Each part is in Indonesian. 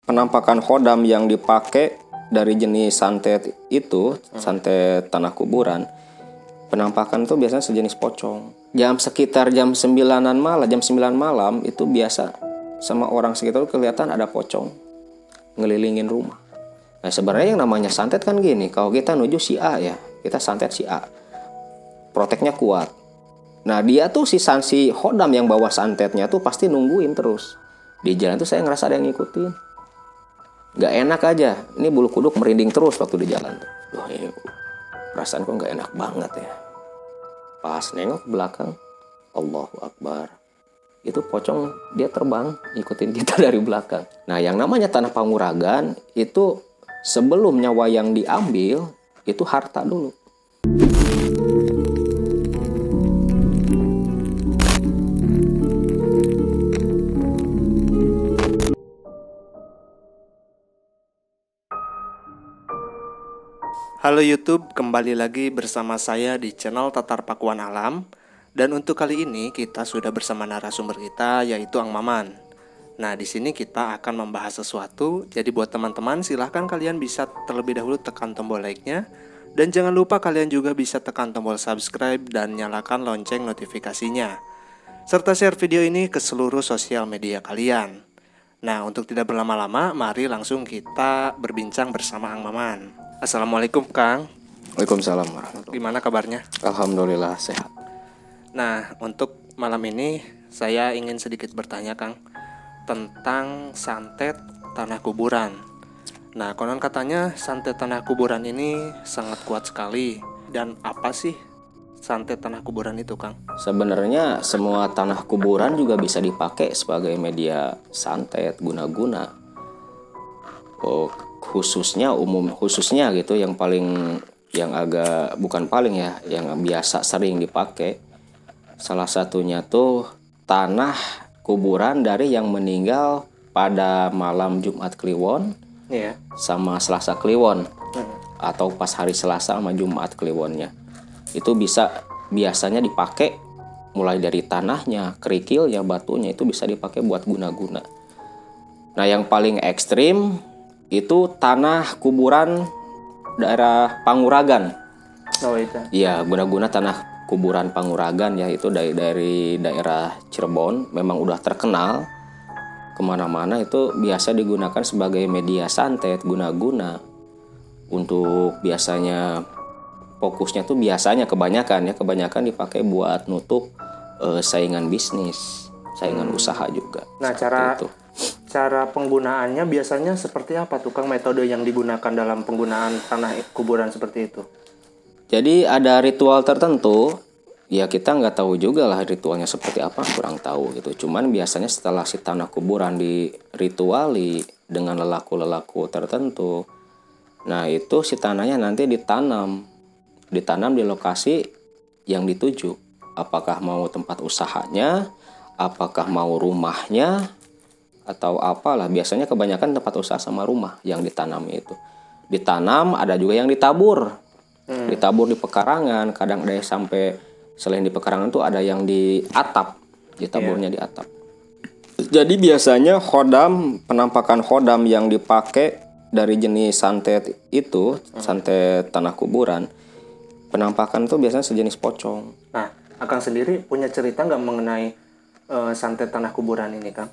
penampakan khodam yang dipakai dari jenis santet itu, santet tanah kuburan, penampakan itu biasanya sejenis pocong. Sekitar jam 9-an malam, jam 9 malam itu biasa sama orang sekitar kelihatan ada pocong ngelilingin rumah. Nah sebenarnya yang namanya santet kan gini, kalau kita nuju si A ya, kita santet si A, proteknya kuat. Nah dia tuh si khodam yang bawa santetnya tuh pasti nungguin terus. Di jalan tuh saya ngerasa ada yang ngikutin. Gak enak aja, ini bulu kuduk merinding terus waktu di jalan tuh. Duh, ini perasaan kok gak enak banget ya. Pas nengok ke belakang, Allahu Akbar. Itu pocong dia terbang ngikutin kita dari belakang. Nah yang namanya tanah Panguragan itu sebelum nyawa yang diambil itu harta dulu. Halo YouTube, kembali lagi bersama saya di channel Tatar Pakuan Alam. Dan untuk kali ini kita sudah bersama narasumber kita yaitu Ang Maman. Nah di sini kita akan membahas sesuatu. Jadi buat teman-teman silahkan kalian bisa terlebih dahulu tekan tombol like-nya. Dan jangan lupa kalian juga bisa tekan tombol subscribe dan nyalakan lonceng notifikasinya. Serta share video ini ke seluruh sosial media kalian. Nah untuk tidak berlama-lama, mari langsung kita berbincang bersama Ang Maman. Assalamualaikum Kang. Waalaikumsalam warahmatullahi. Gimana kabarnya? Alhamdulillah sehat. Nah untuk malam ini saya ingin sedikit bertanya Kang tentang santet tanah kuburan. Nah konon katanya santet tanah kuburan ini sangat kuat sekali. Dan apa sih santet tanah kuburan itu Kang? Sebenarnya semua tanah kuburan juga bisa dipakai sebagai media santet guna-guna. Khususnya gitu yang agak bukan paling ya, yang biasa sering dipakai. Salah satunya tuh tanah kuburan dari yang meninggal pada malam Jumat Kliwon sama Selasa Kliwon atau pas hari Selasa sama Jumat Kliwonnya. Itu biasanya dipakai mulai dari tanahnya, kerikilnya, batunya itu bisa dipakai buat guna-guna. Nah yang paling ekstrim itu tanah kuburan daerah Panguragan. Oh itu. Iya, guna-guna tanah kuburan Panguragan ya, itu dari daerah Cirebon, memang udah terkenal kemana-mana. Itu biasa digunakan sebagai media santet guna-guna. Untuk biasanya fokusnya tuh kebanyakan dipakai buat nutup saingan bisnis, saingan usaha juga. Nah cara penggunaannya biasanya seperti apa tuh Kang, metode yang digunakan dalam penggunaan tanah kuburan seperti itu? Jadi ada ritual tertentu, ya kita nggak tahu juga lah ritualnya seperti apa, kurang tahu gitu. Cuman biasanya setelah si tanah kuburan dirituali dengan lelaku-lelaku tertentu, nah itu si tanahnya nanti ditanam di lokasi yang dituju. Apakah mau tempat usahanya, apakah mau rumahnya, atau apalah. Biasanya kebanyakan tempat usaha sama rumah yang ditanam itu. Ditanam, ada juga yang ditabur. Ditabur di pekarangan, kadang ada yang sampai selain di pekarangan tuh ada yang di atap, ditaburnya di atap. Jadi biasanya penampakan khodam yang dipakai dari jenis santet itu, santet tanah kuburan, penampakan itu biasanya sejenis pocong. Nah, Akang sendiri punya cerita nggak mengenai santet tanah kuburan ini Kang?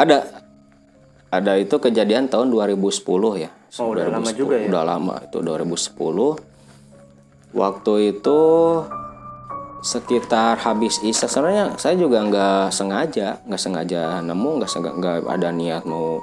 Ada itu kejadian tahun 2010 ya. Oh, udah 2010, lama juga ya? Udah lama, itu 2010. Waktu itu sekitar habis Isya. Sebenarnya saya juga nggak sengaja nemu, nggak ada niat mau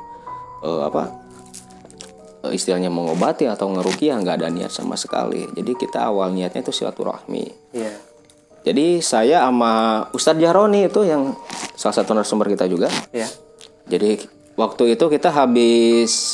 istilahnya mengobati atau ngeruqyah, nggak ada niat sama sekali. Jadi kita awal niatnya itu silaturahmi. Iya. Jadi saya sama Ustadz Jahroni itu yang salah satu narasumber kita juga. Iya. Jadi waktu itu kita habis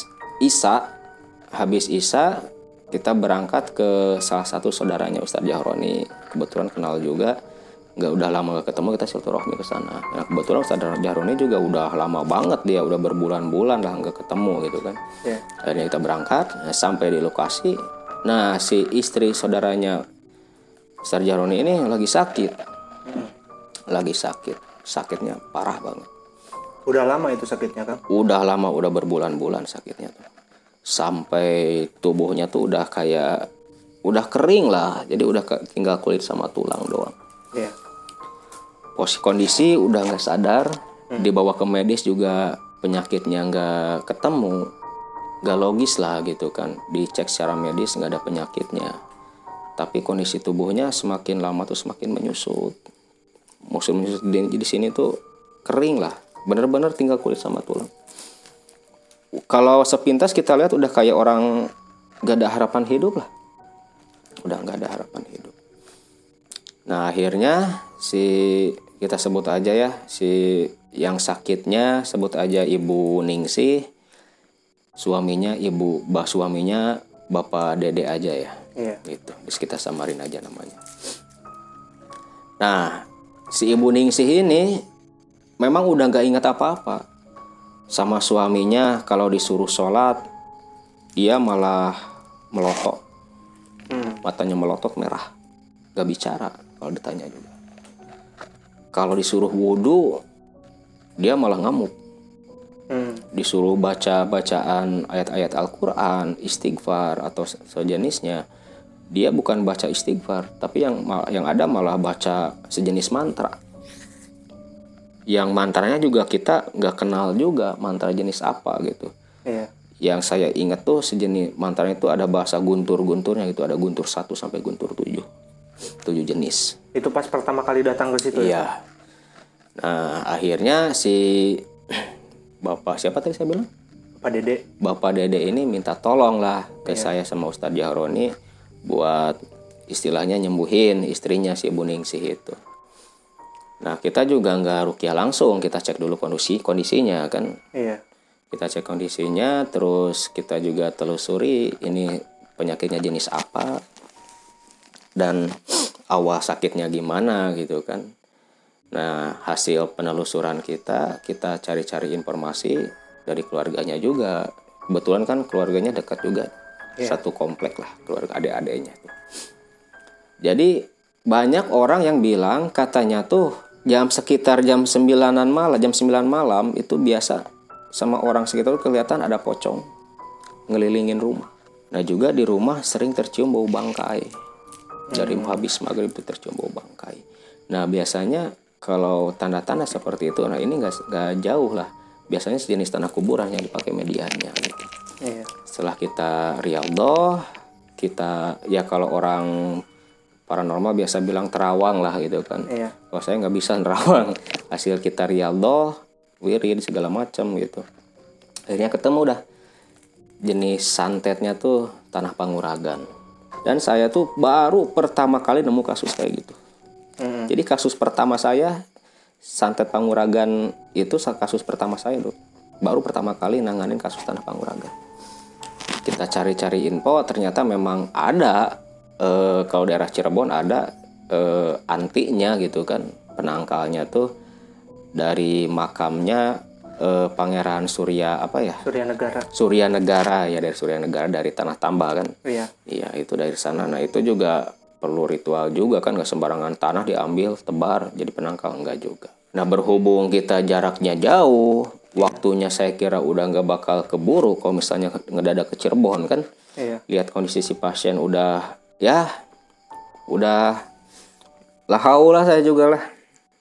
Isya kita berangkat ke salah satu saudaranya Ustadz Jahroni. Kebetulan kenal juga. Udah lama gak ketemu, kita silaturahmi ke sana. Nah, kebetulan Ustadz Jahroni juga udah lama banget, dia udah berbulan-bulan lah nggak ketemu gitu kan. Yeah. Akhirnya kita berangkat, sampai di lokasi. Nah, si istri saudaranya Ustadz Jahroni ini lagi sakit. Sakitnya parah banget. Udah lama itu sakitnya, Kang? Udah lama, udah berbulan-bulan sakitnya tuh. Sampai tubuhnya tuh udah kayak udah kering lah. Jadi udah tinggal kulit sama tulang doang. Iya. Kondisi udah nggak sadar, dibawa ke medis juga penyakitnya nggak ketemu, nggak logis lah gitu kan. Dicek secara medis nggak ada penyakitnya. Tapi kondisi tubuhnya semakin lama tuh semakin menyusut. Maksud di sini tuh kering lah. Bener-bener tinggal kulit sama tulang. Kalau sepintas kita lihat udah kayak orang gak ada harapan hidup lah. Udah gak ada harapan hidup. Nah akhirnya kita sebut aja ya, si yang sakitnya sebut aja Ibu Ningsih. Suaminya Bapak Dede aja ya. Iya. Gitu. Terus kita samarin aja namanya. Nah si Ibu Ningsih ini memang udah gak ingat apa-apa. Sama suaminya kalau disuruh sholat, dia malah melotot. Matanya melotot merah. Gak bicara kalau ditanya juga. Kalau disuruh wudhu, dia malah ngamuk. Disuruh baca-bacaan ayat-ayat Al-Quran, istighfar atau sejenisnya, dia bukan baca istighfar, tapi yang ada malah baca sejenis mantra. Yang mantranya juga kita nggak kenal juga mantra jenis apa gitu. Iya. Yang saya ingat tuh sejenis mantranya itu ada bahasa guntur-gunturnya gitu, ada guntur 1 sampai guntur 7 jenis. Itu pas pertama kali datang ke situ. Iya. Nah akhirnya si bapak siapa tadi saya bilang? Bapak Dede ini minta tolong lah ke saya sama Ustadz Jahroni buat istilahnya nyembuhin istrinya si Ibu Ningsih itu. Nah kita juga nggak rukyah langsung, kita cek dulu kondisinya kan. Iya. Kita cek kondisinya, terus kita juga telusuri ini penyakitnya jenis apa dan awal sakitnya gimana gitu kan. Nah hasil penelusuran kita cari-cari informasi dari keluarganya juga. Kebetulan kan keluarganya dekat juga, satu komplek lah keluarga adik-adiknya. Jadi banyak orang yang bilang katanya tuh sekitar jam 9 malam itu biasa sama orang sekitar kelihatan ada pocong ngelilingin rumah. Nah juga di rumah sering tercium bau bangkai. Dari habis maghrib itu tercium bau bangkai. Nah biasanya kalau tanda-tanda seperti itu, nah ini nggak jauh lah. Biasanya sejenis tanah kuburan yang dipakai medianya. Gitu. Iya. Setelah kita rialdoh, ya kalau orang paranormal biasa bilang terawang lah gitu kan. Iya. Kalau saya nggak bisa nerawang. Hasil kita rialdoh, wirid segala macam gitu. Akhirnya ketemu dah jenis santetnya tuh tanah Panguragan. Dan saya tuh baru pertama kali nemu kasus kayak gitu. Jadi kasus pertama saya santet Panguragan itu kasus pertama saya tuh. Baru pertama kali nanganin kasus tanah Panguragan. Kita cari-cari info, ternyata memang ada. Kalau daerah Cirebon ada antinya gitu kan, penangkalnya tuh dari makamnya Pangeran Surya Negara ya, dari Surya Negara dari Tanah Tambah kan. Iya itu dari sana. Nah itu juga perlu ritual juga kan, nggak sembarangan tanah diambil tebar jadi penangkal, enggak juga. Nah berhubung kita jaraknya jauh, waktunya saya kira udah nggak bakal keburu kalau misalnya ngedadak ke Cirebon kan. Lihat kondisi si pasien udah lahau lah, saya juga lah.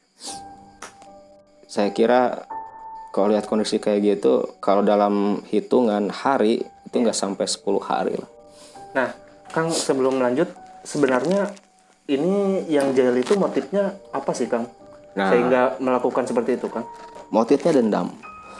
Saya kira kalau lihat kondisi kayak gitu, kalau dalam hitungan hari itu nggak sampai 10 hari lah. Nah, Kang sebelum lanjut, sebenarnya ini yang jahil itu motifnya apa sih, Kang? Sehingga melakukan seperti itu, Kang? Motifnya dendam.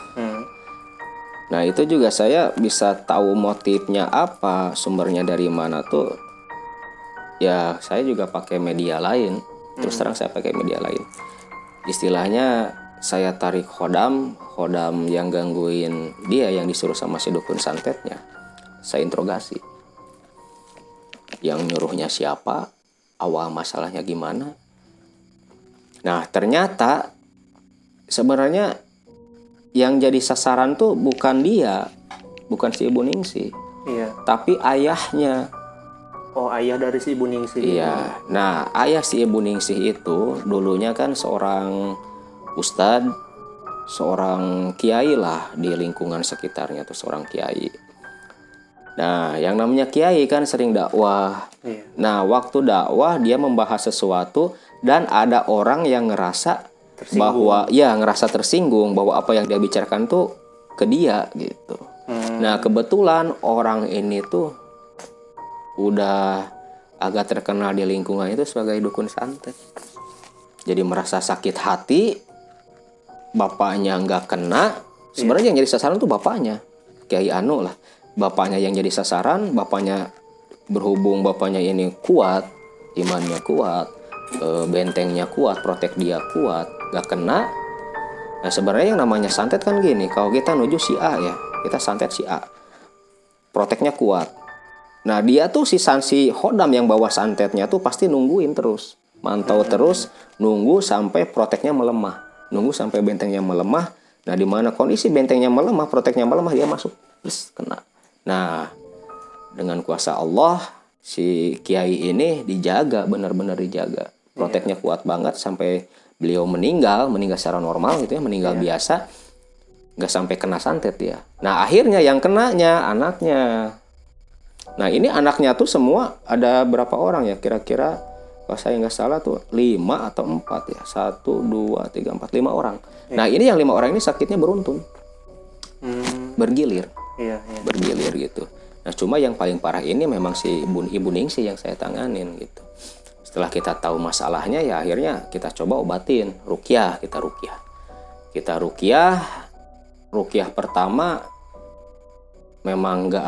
Nah itu juga saya bisa tahu motifnya apa, sumbernya dari mana tuh. Ya saya juga pakai media lain. Terus terang saya pakai media lain. Istilahnya saya tarik khodam yang gangguin dia, yang disuruh sama si dukun santetnya. Saya interogasi. Yang nyuruhnya siapa, awal masalahnya gimana. Nah ternyata sebenarnya yang jadi sasaran tuh bukan dia, bukan si Ibu Ningsih, tapi ayahnya. Oh, ayah dari si Ibu Ningsih. Iya. Nah, ayah si Ibu Ningsih itu dulunya kan seorang ustadz, seorang kiai lah di lingkungan sekitarnya tuh, seorang kiai. Nah, yang namanya kiai kan sering dakwah. Iya. Nah, waktu dakwah dia membahas sesuatu dan ada orang yang ngerasa bahwa ngerasa tersinggung bahwa apa yang dia bicarakan tuh ke dia gitu. Nah, kebetulan orang ini tuh udah agak terkenal di lingkungan itu sebagai dukun santet. Jadi merasa sakit hati, bapaknya nggak kena. Sebenarnya yang jadi sasaran tuh bapaknya, Kiai Anu lah. Bapaknya yang jadi sasaran, bapaknya berhubung bapaknya ini kuat, imannya kuat, bentengnya kuat, protek dia kuat, nggak kena. Nah, sebenarnya yang namanya santet kan gini, kalau kita nuju si A ya, kita santet si A, proteknya kuat. Nah, dia tuh si Hodam yang bawa santetnya tuh pasti nungguin terus, mantau terus, nunggu sampai proteknya melemah, nunggu sampai bentengnya melemah. Nah, di mana kondisi bentengnya melemah, proteknya melemah, dia masuk, terus kena. Nah, dengan kuasa Allah, si kiai ini dijaga, benar-benar dijaga. Proteknya kuat banget sampai beliau meninggal secara normal gitu ya, meninggal biasa, nggak sampai kena santet ya. Nah, akhirnya yang kenanya anaknya. Nah, ini anaknya tuh semua ada berapa orang ya? Kira-kira kalau saya nggak salah tuh 5 atau 4 ya. 1, 2, 3, 4, 5 orang. Nah, ini yang 5 orang ini sakitnya beruntun. Bergilir. Bergilir gitu. Nah, cuma yang paling parah ini memang si Ibu Ningsih yang saya tanganin gitu. Setelah kita tahu masalahnya ya akhirnya kita coba obatin, ruqyah, kita ruqyah pertama memang nggak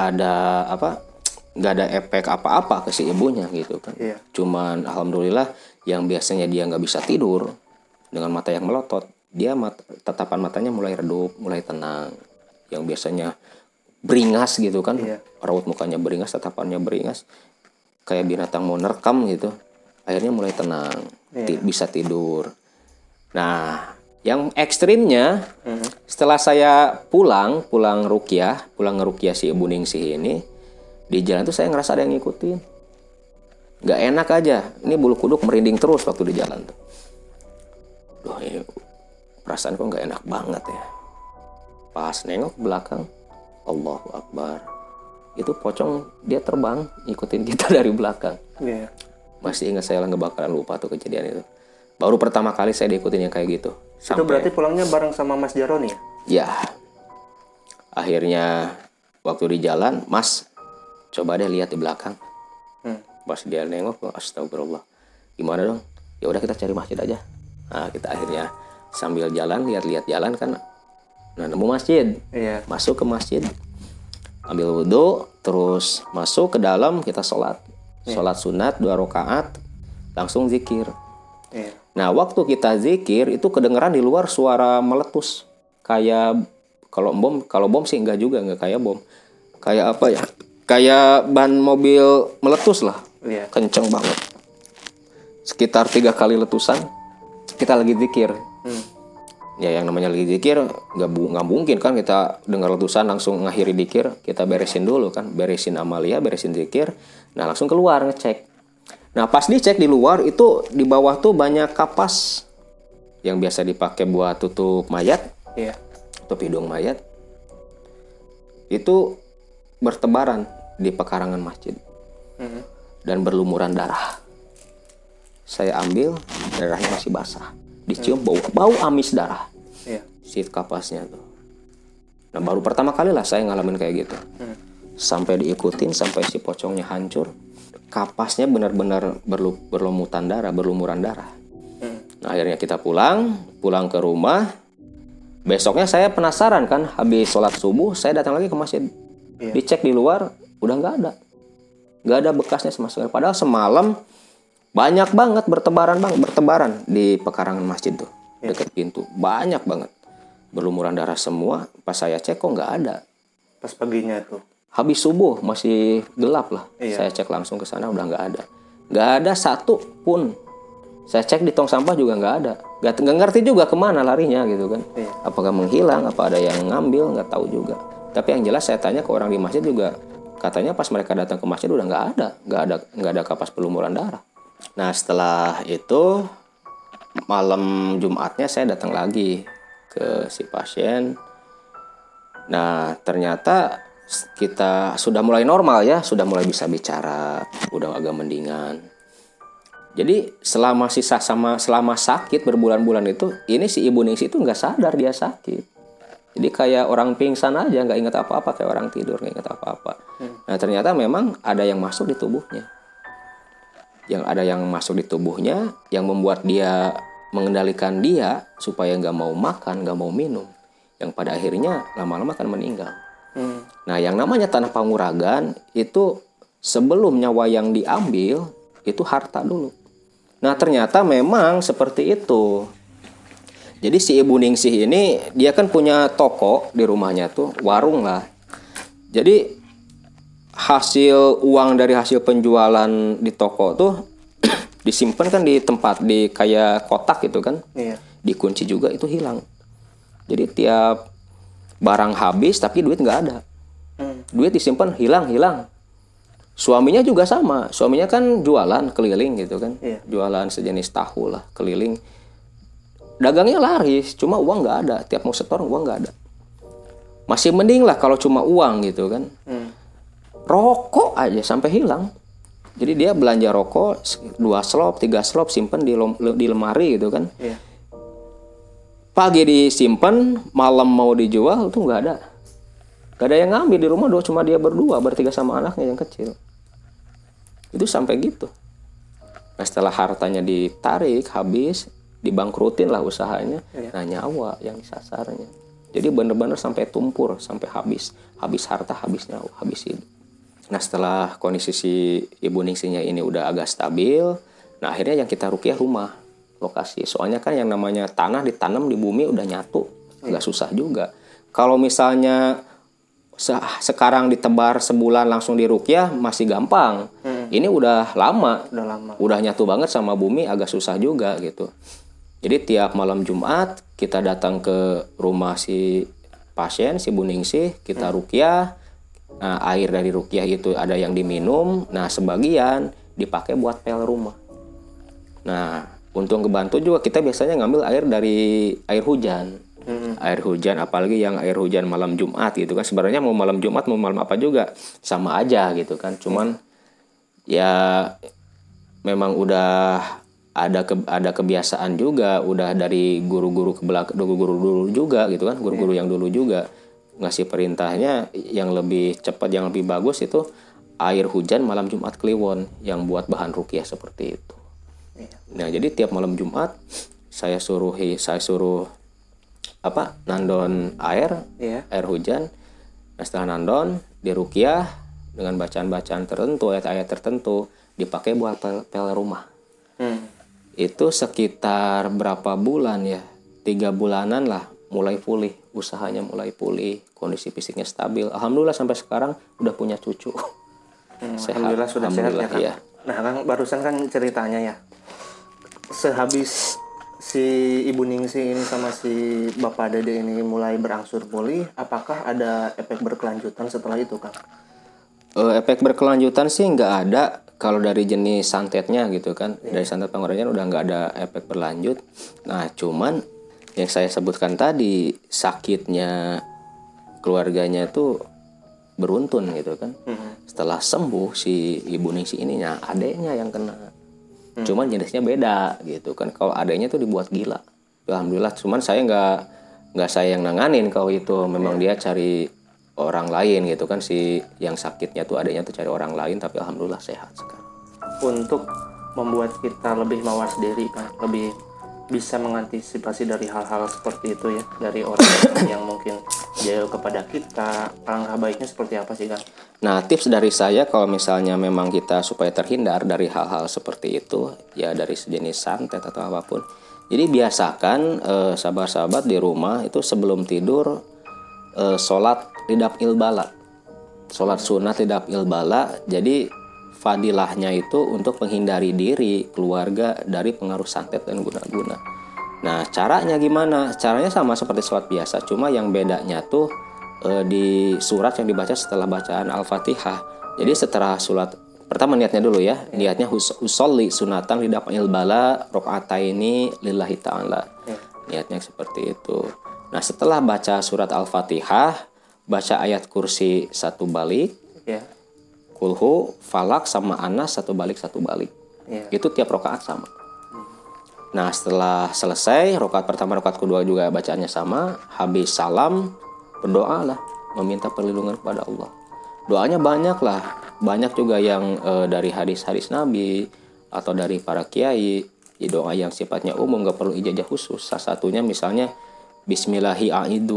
ada efek apa-apa ke si ibunya gitu kan. Cuman alhamdulillah yang biasanya dia nggak bisa tidur dengan mata yang melotot, dia tatapan matanya mulai redup, mulai tenang. Yang biasanya beringas gitu kan, raut mukanya beringas, tatapannya beringas, kayak binatang mau nerekam gitu. Akhirnya mulai tenang, bisa tidur. Nah, yang ekstrimnya, setelah saya pulang ngeruqyah si Ibu Ningsih ini, di jalan tuh saya ngerasa ada yang ngikutin. Gak enak aja, ini bulu kuduk merinding terus waktu di jalan tuh. Duh, ini perasaan kok gak enak banget ya. Pas nengok ke belakang, Allahu Akbar, itu pocong dia terbang ngikutin kita dari belakang. Masih ingat, saya nggak bakalan lupa tuh kejadian itu. Baru pertama kali saya diikutin yang kayak gitu. Itu berarti pulangnya bareng sama Mas Jaroni ya? Ya. Akhirnya waktu di jalan, Mas, coba deh lihat di belakang. Pas dia nengok, astagfirullah. Gimana dong? Ya udah kita cari masjid aja. Nah, kita akhirnya sambil jalan, lihat-lihat jalan kan. Nah, nemu masjid. Masuk ke masjid, ambil wudhu, terus masuk ke dalam, kita sholat. Sholat sunat 2 rakaat, langsung zikir. Nah, waktu kita zikir itu kedengeran di luar suara meletus. Kayak kalau bom sih enggak kayak bom. Kayak apa ya? Kayak ban mobil meletus lah. Kenceng banget. Sekitar 3 kali letusan. Kita lagi zikir. Ya, yang namanya lagi zikir nggak mungkin kan kita dengar letusan langsung ngakhiri zikir. Kita beresin dulu kan, beresin amalia, beresin zikir. Nah, langsung keluar ngecek. Nah, pas dicek di luar itu di bawah tuh banyak kapas yang biasa dipakai buat tutup mayat, tutup hidung mayat. Itu bertebaran di pekarangan masjid dan berlumuran darah. Saya ambil, darahnya masih basah. Dicium bau amis darah. Si kapasnya tuh. Nah, baru pertama kali lah saya ngalamin kayak gitu. Sampai diikutin sampai si pocongnya hancur. Kapasnya benar-benar berlumuran darah. Nah, akhirnya kita pulang ke rumah. Besoknya saya penasaran kan, habis sholat subuh saya datang lagi ke masjid. Dicek di luar, udah nggak ada bekasnya sama sekali. Padahal semalam banyak banget bertebaran di pekarangan masjid tuh, dekat pintu, banyak banget berlumuran darah semua. Pas saya cek kok nggak ada. Pas paginya tuh, habis subuh masih gelap lah. Saya cek langsung ke sana, udah nggak ada satu pun. Saya cek di tong sampah juga nggak ada. Nggak ngerti juga kemana larinya gitu kan. Apakah menghilang, apa ada yang ngambil, nggak tahu juga. Tapi yang jelas saya tanya ke orang di masjid juga, katanya pas mereka datang ke masjid udah nggak ada kapas berlumuran darah. Nah, setelah itu malam Jumatnya saya datang lagi ke si pasien. Nah ternyata kita sudah mulai normal ya, sudah mulai bisa bicara, udah agak mendingan. Jadi selama sakit berbulan-bulan itu, ini si Ibu Ningsih itu nggak sadar dia sakit. Jadi kayak orang pingsan aja, nggak ingat apa-apa, kayak orang tidur nggak ingat apa-apa. Nah ternyata memang ada yang masuk di tubuhnya, yang membuat dia mengendalikan dia supaya nggak mau makan, nggak mau minum, yang pada akhirnya lama-lama akan meninggal. Nah yang namanya tanah panguragan itu sebelum nyawa yang diambil itu harta dulu. Nah ternyata memang seperti itu. Jadi si Ibu Ningsih ini dia kan punya toko di rumahnya tuh, warung lah. Jadi hasil uang dari hasil penjualan di toko tuh disimpan kan di tempat, di kayak kotak gitu kan. Iya. Dikunci juga, itu hilang. Jadi tiap barang habis tapi duit nggak ada. Duit disimpan hilang. Suaminya juga sama. Suaminya kan jualan keliling gitu kan. Iya. Jualan sejenis tahu lah keliling. Dagangnya laris, cuma uang nggak ada. Tiap mau setor uang nggak ada. Masih mending lah kalau cuma uang gitu kan. Rokok aja sampai hilang. Jadi dia belanja rokok 2 slop, 3 slop simpen di lemari gitu kan. Iya. Pagi disimpan, malam mau dijual tuh nggak ada. Gak ada yang ngambil di rumah, cuma dia bertiga sama anaknya yang kecil. Itu sampai gitu. Nah setelah hartanya ditarik, habis, dibangkrutin lah usahanya. Nah nyawa yang disasarnya. Jadi benar-benar sampai tumpur, sampai habis harta, habis nyawa, habis hidup. Nah setelah kondisi si Ibu Ningsihnya ini udah agak stabil, nah akhirnya yang kita ruqyah rumah, lokasi. Soalnya kan yang namanya tanah ditanam di bumi udah nyatu, agak susah juga. Kalau misalnya sekarang ditebar sebulan langsung diruqyah masih gampang. Ini udah lama, udah nyatu banget sama bumi, agak susah juga gitu. Jadi tiap malam Jumat kita datang ke rumah si pasien, si Ibu Ningsih, kita ruqyah. Nah, air dari ruqyah itu ada yang diminum, nah sebagian dipakai buat pel rumah. Nah untuk ngebantu juga kita biasanya ngambil air dari air hujan. Air hujan, apalagi yang air hujan malam Jumat gitu kan. Sebenarnya mau malam Jumat mau malam apa juga sama aja gitu kan. Cuman ya memang udah ada kebiasaan juga, udah dari guru-guru dulu juga gitu kan. Guru-guru yang dulu juga ngasih perintahnya yang lebih cepat, yang lebih bagus itu air hujan malam Jumat Kliwon yang buat bahan ruqyah seperti itu. Nah jadi tiap malam Jumat saya suruh nandon air hujan. Nah setelah nandon diruqyah dengan bacaan-bacaan tertentu, ayat-ayat tertentu, dipakai buat pel rumah. Itu sekitar berapa bulan ya, 3 bulanan lah mulai pulih, usahanya mulai pulih, kondisi fisiknya stabil. Alhamdulillah sampai sekarang udah punya cucu. Sehat. Alhamdulillah sudah sehat ya Kang. Iya. Nah Kang barusan kan ceritanya ya, sehabis si Ibu Ningsih ini sama si Bapak Dede ini mulai berangsur pulih, apakah ada efek berkelanjutan setelah itu, Kang? Efek berkelanjutan sih nggak ada kalau dari jenis santetnya gitu kan. Dari santet panguragan udah nggak ada efek berlanjut. Nah cuman yang saya sebutkan tadi, sakitnya keluarganya tuh beruntun gitu kan. Setelah sembuh si Ibu Ningsih ini, adeknya yang kena. Cuman jenisnya beda gitu kan. Kalau adanya tuh dibuat gila. Alhamdulillah. Cuman saya nggak saya yang nanganin kalau itu. Memang dia cari orang lain gitu kan. Si yang sakitnya tuh adanya tuh cari orang lain. Tapi alhamdulillah sehat sekarang. Untuk membuat kita lebih mawas diri kan, lebih bisa mengantisipasi dari hal-hal seperti itu ya, dari orang yang mungkin jauh kepada kita, langkah baiknya seperti apa sih Kang? Nah tips dari saya kalau misalnya memang kita supaya terhindar dari hal-hal seperti itu ya, dari sejenis santet atau apapun, jadi biasakan sahabat-sahabat di rumah itu sebelum tidur sholat lidafil bala, sholat sunat lidafil bala. Jadi fadilahnya itu untuk menghindari diri, keluarga dari pengaruh santet dan guna-guna. Nah caranya gimana? Caranya sama seperti sholat biasa, cuma yang bedanya tuh di surat yang dibaca setelah bacaan Al-Fatihah. Jadi setelah sholat, pertama niatnya dulu ya, niatnya usolli sunatan lidafil bala rok'ataini lillahi ta'ala. Niatnya seperti itu. Nah, setelah baca surat Al-Fatihah, baca ayat kursi 1 balik, Ya. kulhu, falak sama anas 1 balik 1 balik. Ya. Itu tiap rakaat sama. Nah, setelah selesai rakaat pertama, rakaat kedua juga bacaannya sama, habis salam berdoa lah, meminta perlindungan kepada Allah. Doanya banyak lah, banyak juga yang dari hadis-hadis Nabi atau dari para kiai. Doa yang sifatnya umum, gak perlu ijazah khusus. Salah satunya misalnya Bismillahi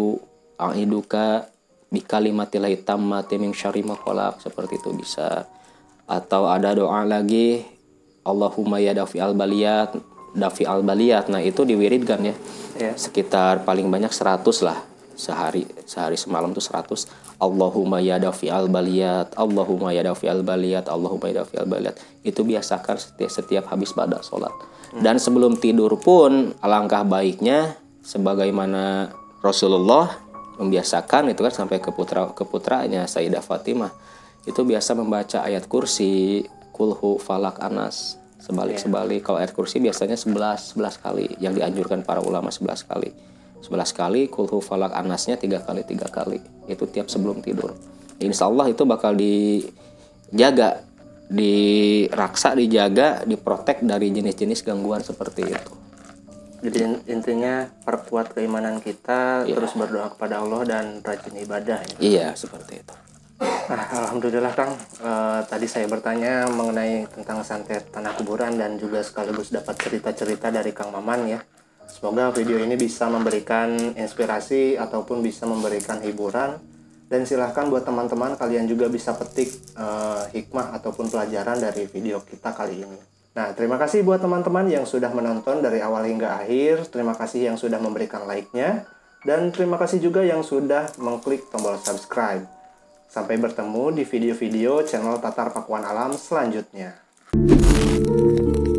a'iduka bikalimatillahi tammati min syarri ma khalaq, seperti itu bisa. Atau ada doa lagi Allahumma ya dafi al-baliyat. Nah itu diwiridkan ya. Sekitar paling banyak 100 lah. Sehari semalam tuh 100. Allahumma ya dafi al-baliyat, Allahumma ya dafi al-baliyat, Allahumma ya dafi al-baliyat. Itu biasakan setiap habis pada sholat. Dan sebelum tidur pun alangkah baiknya sebagaimana Rasulullah membiasakan itu kan, sampai ke putranya Sayyidah Fatimah itu biasa membaca ayat kursi, kulhu, falak, anas sebalik. Kalau ayat kursi biasanya 11 kali, yang dianjurkan para ulama 11 kali. 11 kali, kulhu, falak, anasnya 3 kali. Itu tiap sebelum tidur. Insya Allah itu bakal dijaga, diraksa, dijaga, diprotek dari jenis-jenis gangguan seperti itu. Jadi intinya perkuat keimanan kita, terus berdoa kepada Allah dan rajin ibadah ya. Iya, seperti itu. Nah, alhamdulillah Kang, tadi saya bertanya mengenai tentang santet tanah kuburan dan juga sekaligus dapat cerita-cerita dari Kang Maman ya. Semoga video ini bisa memberikan inspirasi ataupun bisa memberikan hiburan, dan silahkan buat teman-teman kalian juga bisa petik hikmah ataupun pelajaran dari video kita kali ini. Nah, terima kasih buat teman-teman yang sudah menonton dari awal hingga akhir. Terima kasih yang sudah memberikan like-nya. Dan terima kasih juga yang sudah mengklik tombol subscribe. Sampai bertemu di video-video channel Tatar Pakuan Alam selanjutnya.